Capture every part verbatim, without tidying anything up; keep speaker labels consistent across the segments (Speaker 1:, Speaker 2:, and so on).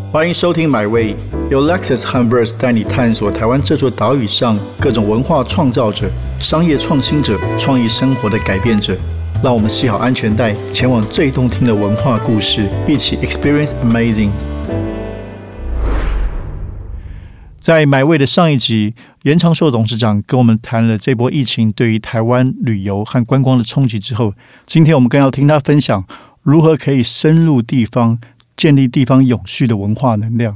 Speaker 1: 欢迎收听 My Way， 由 Lexus 和 Verse 带你探索台湾这座岛屿上各种文化创造者、商业创新者、创意生活的改变者。让我们系好安全带，前往最动听的文化故事，一起 Experience Amazing。在 My Way 的上一集，严长寿董事长跟我们谈了这波疫情对于台湾旅游和观光的冲击之后，今天我们更要听他分享如何可以深入地方，建立地方永续的文化能量。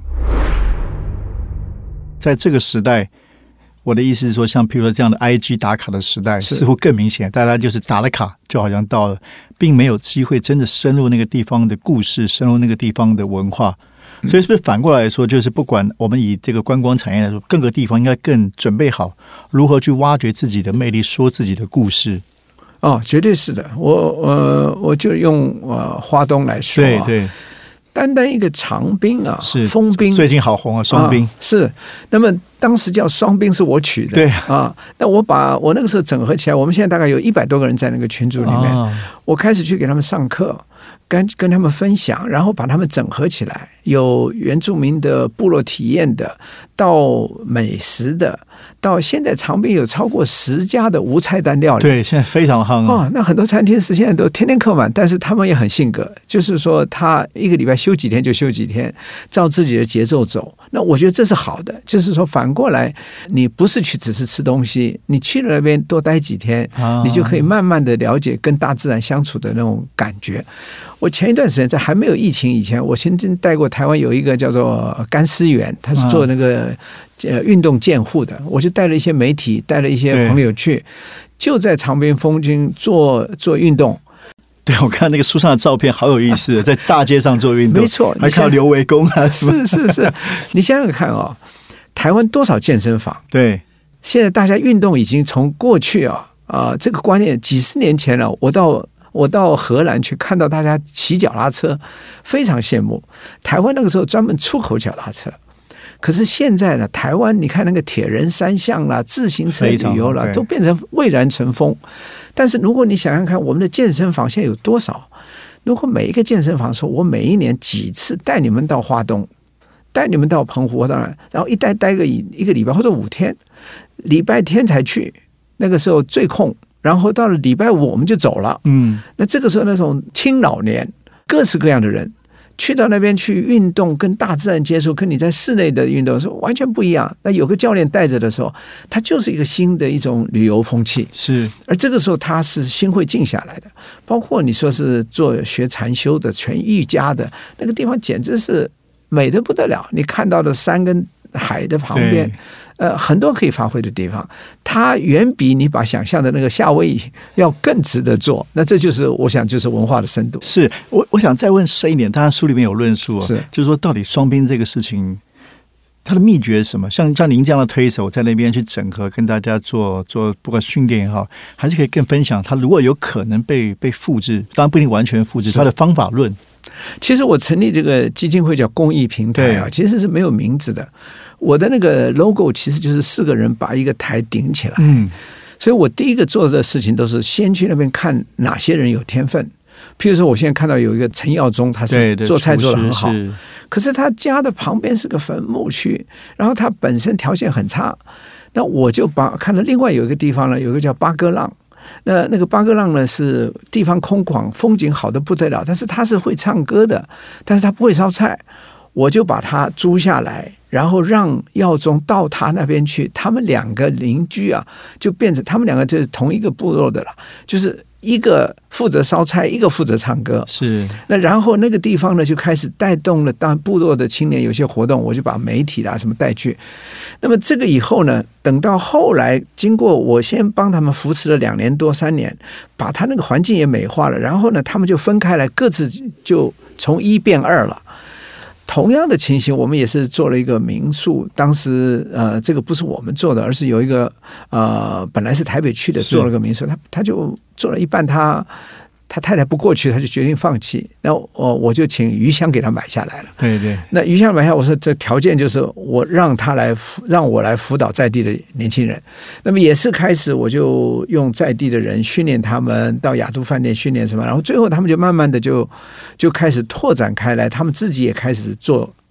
Speaker 1: 在这个时代，我的意思是说，像譬如说这样的 I G 打卡的时代，似乎更明显，大家就是打了卡就好像到了，并没有机会真的深入那个地方的故事，深入那个地方的文化。所以是不是反过来说，就是不管我们以这个观光产业来说，各个地方应该更准备好如何去挖掘自己的魅力，说自己的故事。
Speaker 2: 哦，绝对是的。我呃，我就用呃花东来说、啊，
Speaker 1: 对对。
Speaker 2: 单单一个长滨啊，
Speaker 1: 是
Speaker 2: 丰滨
Speaker 1: 最近好红啊，双滨、
Speaker 2: 啊、是。那么当时叫双滨是我取的，
Speaker 1: 对
Speaker 2: 啊。那我把我那个时候整合起来，我们现在大概有一百多个人在那个群组里面、啊，我开始去给他们上课，跟跟他们分享，然后把他们整合起来，有原住民的部落体验的，到美食的，到现在长滨有超过十家的无菜单料理，
Speaker 1: 对，现在非常夯
Speaker 2: 哦。那很多餐厅是现在都天天客满，但是他们也很性格，就是说他一个礼拜休几天就休几天，照自己的节奏走。那我觉得这是好的，就是说反过来，你不是去只是吃东西，你去了那边多待几天，啊、你就可以慢慢的了解跟大自然相处的那种感觉。我前一段时间在还没有疫情以前，我曾经带过台湾有一个叫做甘思源，他是做那个呃运动健护的，我就带了一些媒体，带了一些朋友去，就在长滨风景做做运动。
Speaker 1: 对，我看那个书上的照片好有意思，在大街上做运动，
Speaker 2: 没错，
Speaker 1: 还看到刘维公啊，
Speaker 2: 是是是，你想想看哦，台湾多少健身房？
Speaker 1: 对，
Speaker 2: 现在大家运动已经从过去啊啊、呃、这个观念几十年前了，我到。我到荷兰去看到大家骑脚踏车，非常羡慕。台湾那个时候专门出口脚踏车，可是现在呢，台湾你看那个铁人三项啦、自行车旅游啦，都变成蔚然成风。但是如果你想想看，我们的健身房现在有多少？如果每一个健身房说，我每一年几次带你们到花东，带你们到澎湖，当然，然后一待待个一个礼拜或者五天，礼拜天才去，那个时候最空。然后到了礼拜五我们就走了，嗯，那这个时候那种青老年各式各样的人去到那边去运动，跟大自然接触，跟你在室内的运动是完全不一样。那有个教练带着的时候，它就是一个新的一种旅游风气，
Speaker 1: 是。
Speaker 2: 而这个时候他是心会静下来的，包括你说是做学禅修的、全瑜伽的那个地方，简直是美得不得了。你看到的山跟海的旁边。呃，很多可以发挥的地方，它远比你把想象的那个夏威夷要更值得做。那这就是我想，就是文化的深度。
Speaker 1: 是我我想再问深一点，当然书里面有论述、哦，
Speaker 2: 是
Speaker 1: 就是说到底双滨这个事情，它的秘诀是什么？像像您这样的推手，在那边去整合，跟大家做做不管训练也好，还是可以更分享它如果有可能被被复制，当然不一定完全复制，它的方法论。
Speaker 2: 其实我成立这个基金会叫公益平台啊，其实是没有名字的。我的那个 logo 其实就是四个人把一个台顶起来，嗯，所以我第一个做的事情都是先去那边看哪些人有天分。譬如说，我现在看到有一个陈耀宗，他是做菜做得很好，可是他家的旁边是个坟墓区，然后他本身条件很差，那我就把看到另外有一个地方呢，有一个叫八哥浪。那那个八哥浪呢是地方空旷，风景好的不得了，但是他是会唱歌的，但是他不会烧菜，我就把他租下来，然后让耀宗到他那边去，他们两个邻居啊，就变成他们两个就是同一个部落的了，就是一个负责烧菜，一个负责唱歌。
Speaker 1: 是。
Speaker 2: 那然后那个地方呢，就开始带动了当部落的青年有些活动，我就把媒体啦什么带去。那么这个以后呢，等到后来经过我先帮他们扶持了两年多三年，把他那个环境也美化了，然后呢，他们就分开来，各自就从一变二了。同样的情形，我们也是做了一个民宿。当时呃，这个不是我们做的，而是有一个呃，本来是台北去的，做了个民宿，他他就做了一半，他他太太不过去，他就决定放弃。那我我就请余香给他买下来了。
Speaker 1: 对对。
Speaker 2: 那余香买下，我说这条件就是我让他来让我来辅导在地的年轻人。那么也是开始我就用在地的人训练他们，到雅都饭店训练什么，然后最后他们就慢慢的就就开始拓展开来，他们自己也开始做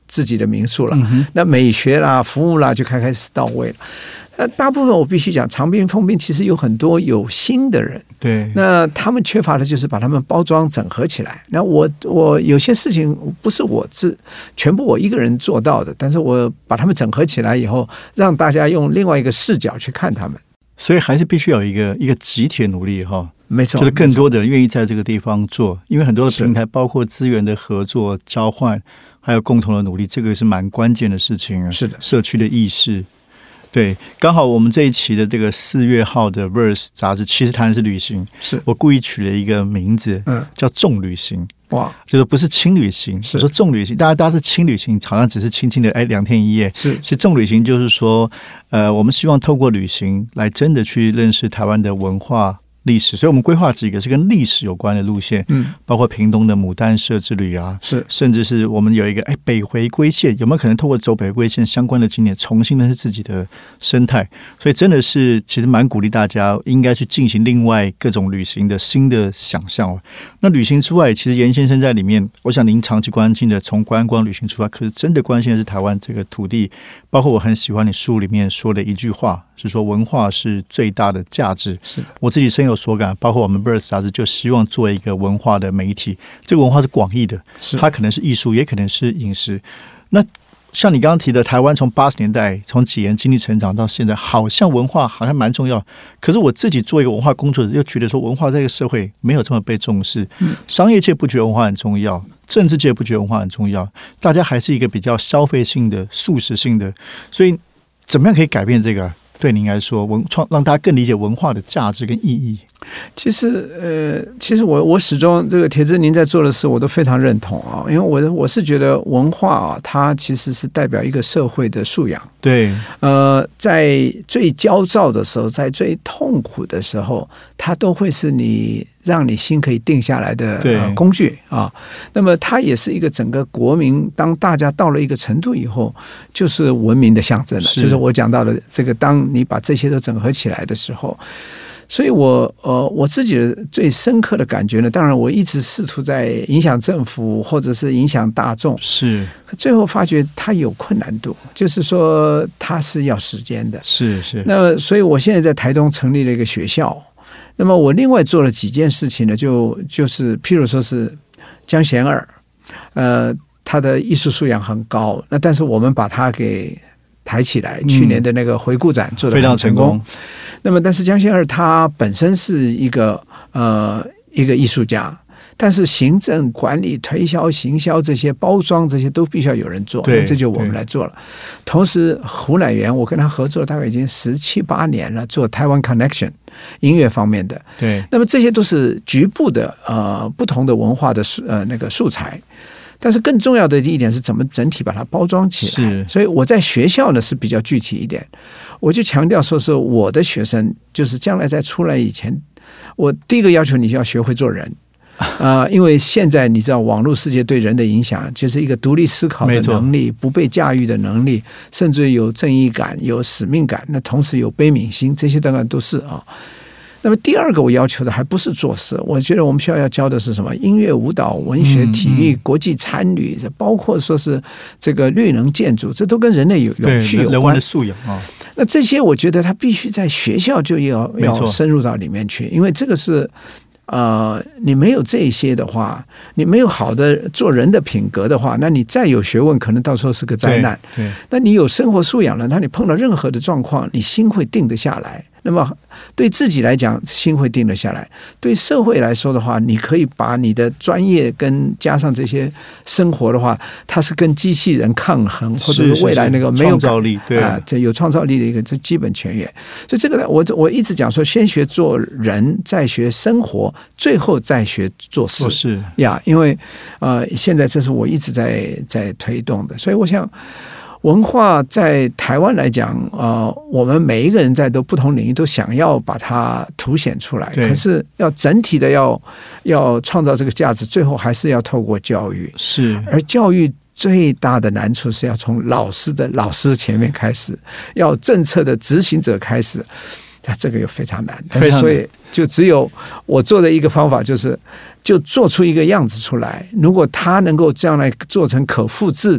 Speaker 2: 自己的民宿了，
Speaker 1: 嗯、
Speaker 2: 那美学啦、服务啦就开开始到位了。呃，大部分我必须讲，长滨、丰滨其实有很多有心的人，
Speaker 1: 对，
Speaker 2: 那他们缺乏的就是把他们包装整合起来。那我我有些事情不是我自全部我一个人做到的，但是我把他们整合起来以后，让大家用另外一个视角去看他们。
Speaker 1: 所以还是必须有一个一个集体的努力哈，
Speaker 2: 没错，
Speaker 1: 就是更多的人愿意在这个地方做，因为很多的平台包括资源的合作交换，还有共同的努力，这个是蛮关键的事情啊。
Speaker 2: 是的，
Speaker 1: 社区的意识。对，刚好我们这一期的这个四月号的 Verse 杂志，其实谈的是旅行，
Speaker 2: 是我
Speaker 1: 故意取了一个名字，嗯，叫重旅行。
Speaker 2: 哇，
Speaker 1: 就是不是轻旅行，是说重旅行。大家大家是轻旅行，好像只是轻轻的哎两天一夜。
Speaker 2: 是，
Speaker 1: 其实重旅行就是说，呃，我们希望透过旅行来真的去认识台湾的文化历史，所以我们规划几个是跟历史有关的路线，嗯，包括屏东的牡丹社之旅啊，
Speaker 2: 是，
Speaker 1: 甚至是我们有一个哎北回归线，有没有可能透过走北回归线相关的景点，重新认识自己的生态？所以真的是其实蛮鼓励大家应该去进行另外各种旅行的新的想象。那旅行之外，其实严先生在里面，我想您长期关心的从观光旅行出发，可是真的关心的是台湾这个土地，包括我很喜欢你书里面说的一句话，是说文化是最大的价值。
Speaker 2: 是的，
Speaker 1: 我自己深有所感，包括我们 Verse 杂志就希望做一个文化的媒体，这个文化是广义的，它可能是艺术，也可能是饮食。那像你刚刚提的，台湾从八十年代从几年经济成长到现在，好像文化好像蛮重要。可是我自己做一个文化工作者，又觉得说文化在这个社会没有这么被重视。嗯、商业界不觉得文化很重要，政治界不觉得文化很重要，大家还是一个比较消费性的、速食性的。所以，怎么样可以改变这个？对您来说，文创让大家更理解文化的价值跟意义。
Speaker 2: 其实，呃，其实我我始终这个铁志您在做的事，我都非常认同啊，因为我我是觉得文化啊，它其实是代表一个社会的素养。
Speaker 1: 对，
Speaker 2: 呃，在最焦躁的时候，在最痛苦的时候，它都会是你让你心可以定下来的、呃、工具啊。那么，它也是一个整个国民，当大家到了一个程度以后，就是文明的象征了。是就是我讲到的这个，当你把这些都整合起来的时候。所以我呃我自己的最深刻的感觉呢，当然我一直试图在影响政府或者是影响大众，
Speaker 1: 是
Speaker 2: 最后发觉它有困难度，就是说它是要时间的，
Speaker 1: 是是。
Speaker 2: 那所以我现在在台东成立了一个学校，那么我另外做了几件事情呢，就就是譬如说是江贤二，呃，他的艺术素养很高，那但是我们把他给抬起来，去年的那个回顾展做得很成功。那么，但是江贤二他本身是一个呃一个艺术家，但是行政管理、推销、行销这些包装这些都必须要有人做，那这就我们来做了。同时，胡乃元我跟他合作大概已经十七八年了，做台湾 Connection 音乐方面的。
Speaker 1: 对，
Speaker 2: 那么这些都是局部的呃不同的文化的呃那个素材。但是更重要的一点是怎么整体把它包装起来。所以我在学校呢是比较具体一点，我就强调说是我的学生就是将来在出来以前，我第一个要求你要学会做人啊、呃，因为现在你知道网络世界对人的影响，就是一个独立思考的能力、不被驾驭的能力，甚至有正义感、有使命感，那同时有悲悯心，这些当然都是啊。那么第二个我要求的还不是做事，我觉得我们学校要教的是什么？音乐、舞蹈、文学、体育、国际参与，包括说是这个绿能建筑，这都跟人类有永续有关，
Speaker 1: 人文的素养啊。
Speaker 2: 那这些我觉得他必须在学校就要要深入到里面去，因为这个是。呃，你没有这些的话，你没有好的做人的品格的话，那你再有学问，可能到时候是个灾难。
Speaker 1: 对，
Speaker 2: 那你有生活素养了，那你碰到任何的状况，你心会定得下来。那么对自己来讲，心会定得下来；对社会来说的话，你可以把你的专业跟加上这些生活的话，它是跟机器人抗衡，或者是未来那个没有
Speaker 1: 创造力，对
Speaker 2: 啊，这有创造力的一个这基本全员。所以这个呢，我我一直讲说，先学做人，再学生活，最后再学做事。
Speaker 1: 是
Speaker 2: 呀，因为呃，现在这是我一直在在推动的，所以我想。文化在台湾来讲，呃，我们每一个人在都不同领域都想要把它凸显出来，可是要整体的要要创造这个价值，最后还是要透过教育。
Speaker 1: 是，
Speaker 2: 而教育最大的难处是要从老师的老师前面开始，要政策的执行者开始，那这个又非常难。
Speaker 1: 非常难。
Speaker 2: 所以就只有我做的一个方法就是。就做出一个样子出来，如果他能够这样来做成可复制的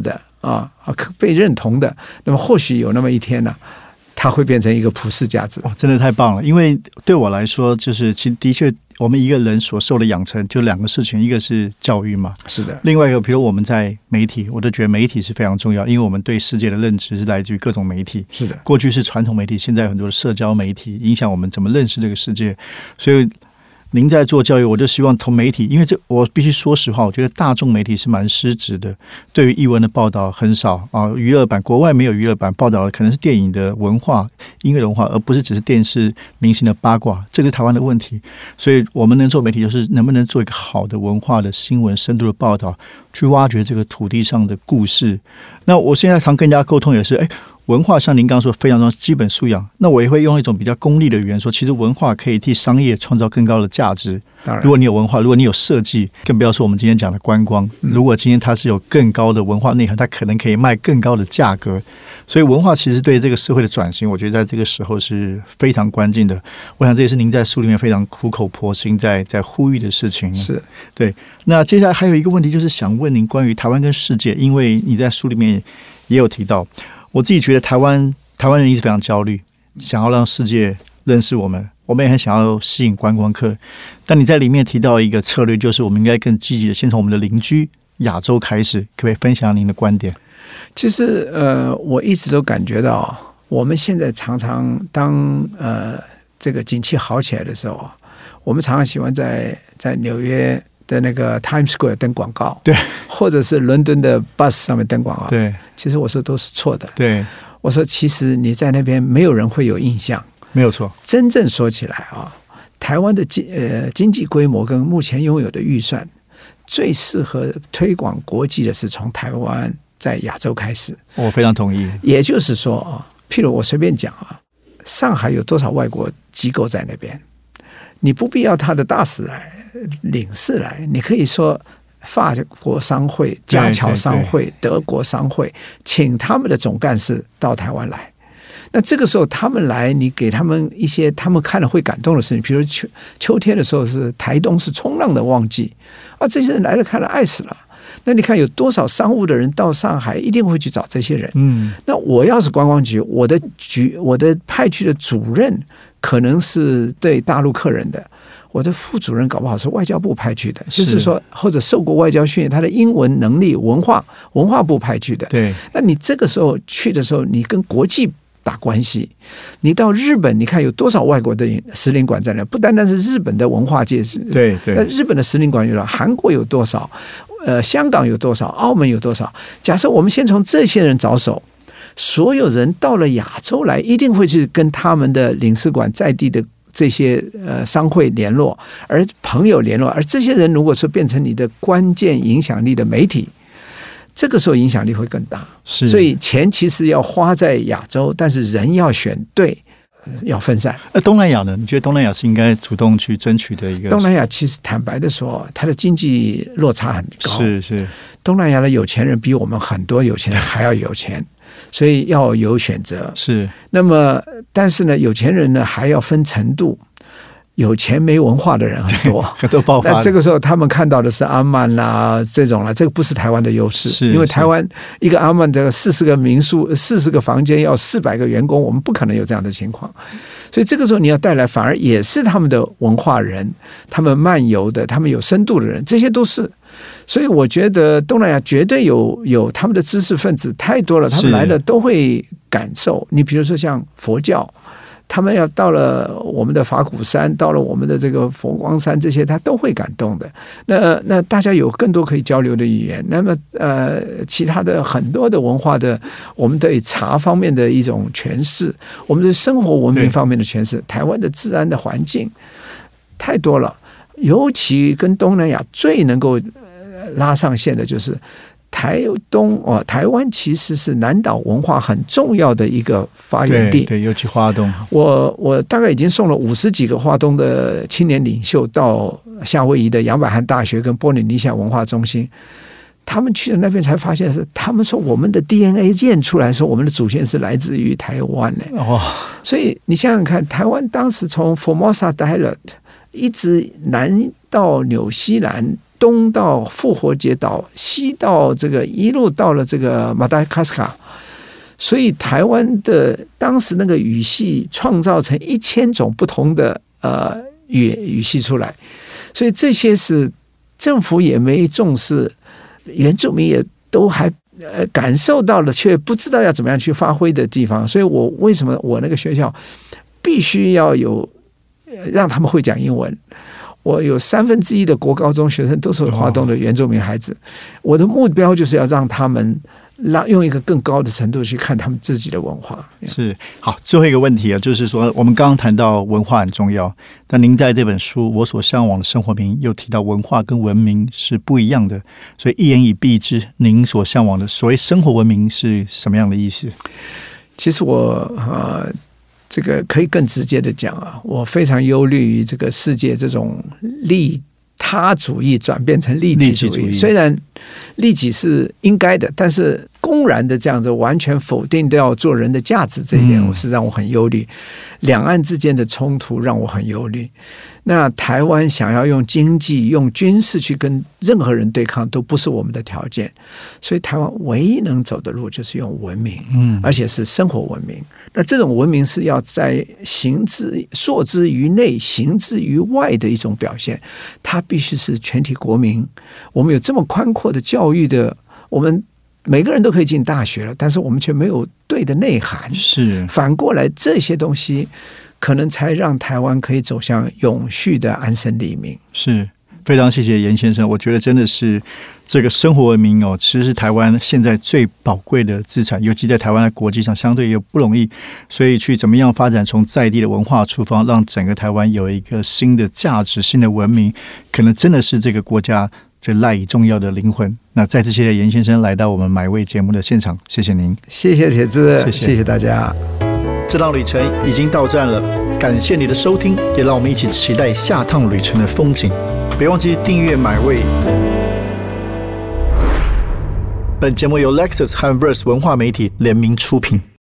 Speaker 2: 啊啊被认同的，那么或许有那么一天呢、啊，它会变成一个普世价值。
Speaker 1: 哇，真的太棒了！因为对我来说，就是其实的确，我们一个人所受的养成就两个事情，一个是教育嘛，
Speaker 2: 是的。
Speaker 1: 另外一个，比如我们在媒体，我都觉得媒体是非常重要，因为我们对世界的认知是来自于各种媒体。
Speaker 2: 是的，
Speaker 1: 过去是传统媒体，现在有很多的社交媒体影响我们怎么认识这个世界，所以。您在做教育，我就希望从媒体，因为这我必须说实话，我觉得大众媒体是蛮失职的，对于艺文的报道很少啊，娱乐版国外没有娱乐版报道的，可能是电影的文化、音乐的文化，而不是只是电视明星的八卦，这个是台湾的问题。所以我们能做媒体，就是能不能做一个好的文化的新闻、深度的报道，去挖掘这个土地上的故事。那我现在常跟人家沟通也是，哎。文化像您刚刚说非常重要，基本素养。那我也会用一种比较功利的语言说，其实文化可以替商业创造更高的价值。如果你有文化，如果你有设计，更不要说我们今天讲的观光。如果今天它是有更高的文化内涵，它可能可以卖更高的价格。所以文化其实对这个社会的转型，我觉得在这个时候是非常关键的。我想这也是您在书里面非常苦口婆心在在呼吁的事情。
Speaker 2: 是
Speaker 1: 对。那接下来还有一个问题，就是想问您关于台湾跟世界，因为你在书里面也有提到。我自己觉得台湾台湾人一直非常焦虑，想要让世界认识我们，我们也很想要吸引观光客。但你在里面提到一个策略，就是我们应该更积极的，先从我们的邻居亚洲开始，可不可以分享您的观点？
Speaker 2: 其实呃，我一直都感觉到，我们现在常常当呃这个景气好起来的时候，我们常常喜欢在在纽约的那个 Times Square 登广告，
Speaker 1: 对，
Speaker 2: 或者是伦敦的 bus 上面登广告，
Speaker 1: 对。
Speaker 2: 其实我说都是错的，
Speaker 1: 对。
Speaker 2: 我说其实你在那边没有人会有印象，
Speaker 1: 没有错。真
Speaker 2: 正说起来啊，台湾的经呃经济规模跟目前拥有的预算，最适合推广国际的是从台湾在亚洲开始。
Speaker 1: 我非常同意。
Speaker 2: 也就是说啊，譬如我随便讲啊，上海有多少外国机构在那边？你不必要他的大使来、领事来，你可以说法国商会、嘉侨商会、德国商会，请他们的总干事到台湾来。那这个时候他们来，你给他们一些他们看了会感动的事情，比如秋秋天的时候是台东是冲浪的旺季啊，这些人来了看了爱死了。那你看有多少商务的人到上海，一定会去找这些人。嗯，那我要是观光局，我的局我的派去的主任可能是对大陆客人的。我的副主任搞不好是外交部派去的，就是说或者受过外交训练，他的英文能力、文化文化部派去的。
Speaker 1: 对，
Speaker 2: 那你这个时候去的时候，你跟国际打关系。你到日本，你看有多少外国的使领馆在那，不单单是日本的文化界是，
Speaker 1: 对对，
Speaker 2: 日本的使领馆有了，韩国有多少？呃，香港有多少？澳门有多少？假设我们先从这些人着手。所有人到了亚洲来，一定会去跟他们的领事馆在地的这些呃商会联络，而朋友联络，而这些人如果说变成你的关键影响力的媒体，这个时候影响力会更大。
Speaker 1: 是，
Speaker 2: 所以钱其实要花在亚洲，但是人要选对，要分散。
Speaker 1: 那东南亚呢？你觉得东南亚是应该主动去争取的一个？
Speaker 2: 东南亚其实坦白的说，它的经济落差很高。
Speaker 1: 是是，
Speaker 2: 东南亚的有钱人比我们很多有钱人还要有钱。所以要有选择。
Speaker 1: 是，
Speaker 2: 那么但是呢，有钱人呢还要分程度，有钱没文化的人很多，
Speaker 1: 很多爆发。
Speaker 2: 那这个时候他们看到的是阿曼啦这种啦，这个不是台湾的优势，因为台湾一个阿曼这个四十个民宿、四十个房间要四百个员工，我们不可能有这样的情况。所以这个时候你要带来，反而也是他们的文化人，他们漫游的，他们有深度的人，这些都是。所以我觉得东南亚绝对有有他们的知识分子太多了，他们来了都会感受。你比如说像佛教，他们要到了我们的法鼓山，到了我们的这个佛光山，这些他都会感动的。那那大家有更多可以交流的语言。那么呃，其他的很多的文化的，我们对茶方面的一种诠释，我们对生活文明方面的诠释，台湾的治安的环境太多了。尤其跟东南亚最能够拉上线的就是台东哦，台湾其实是南岛文化很重要的一个发源地。
Speaker 1: 对，对，尤其花东，
Speaker 2: 我我大概已经送了五十几个花东的青年领袖到夏威夷的杨百翰大学跟波利尼西亚文化中心，他们去了那边才发现是，他们说我们的 D N A 验出来说我们的祖先是来自于台湾呢。哦，所以你想想看，台湾当时从 Formosa Island 一直南到纽西兰东到复活节岛，西到这个一路到了这个马达加斯加，所以台湾的当时那个语系创造成一千种不同的呃语语系出来，所以这些是政府也没重视，原住民也都还呃感受到了，却不知道要怎么样去发挥的地方。所以我为什么我那个学校必须要有让他们会讲英文。我有三分之一的国高中学生都是华东的原住民孩子，我的目标就是要让他们让用一个更高的程度去看他们自己的文化。
Speaker 1: 是好，最后一个问题啊，就是说我们刚刚谈到文化很重要，但您在这本书《我所向往的生活名》又提到文化跟文明是不一样的，所以一言以蔽之，您所向往的所谓生活文明是什么样的意思？
Speaker 2: 其实我呃。这个可以更直接的讲啊，我非常忧虑于这个世界这种利他主义转变成利己主义。主义虽然利己是应该的，但是公然的这样子完全否定掉做人的价值，这一点我是让我很忧虑。两岸之间的冲突让我很忧虑。那台湾想要用经济、用军事去跟任何人对抗，都不是我们的条件。所以台湾唯一能走的路就是用文明，嗯，而且是生活文明。那这种文明是要在行之溯之于内、行之于外的一种表现，它必须是全体国民。我们有这么宽阔的教育的，我们每个人都可以进大学了，但是我们却没有对的内涵。
Speaker 1: 是
Speaker 2: 反过来，这些东西可能才让台湾可以走向永续的安身立命。
Speaker 1: 是非常谢谢严先生，我觉得真的是这个生活文明哦，其实是台湾现在最宝贵的资产，尤其在台湾的国际上相对也不容易，所以去怎么样发展从在地的文化出发，让整个台湾有一个新的价值、新的文明，可能真的是这个国家最赖以重要的灵魂。那再次谢谢严先生来到我们买味节目的现场，谢谢您。
Speaker 2: 谢谢铁子，
Speaker 1: 谢谢，
Speaker 2: 谢谢大家。
Speaker 1: 这趟旅程已经到站了，感谢你的收听，也让我们一起期待下趟旅程的风景。别忘记订阅买味。本节目由 Lexus 和 Verse 文化媒体联名出品。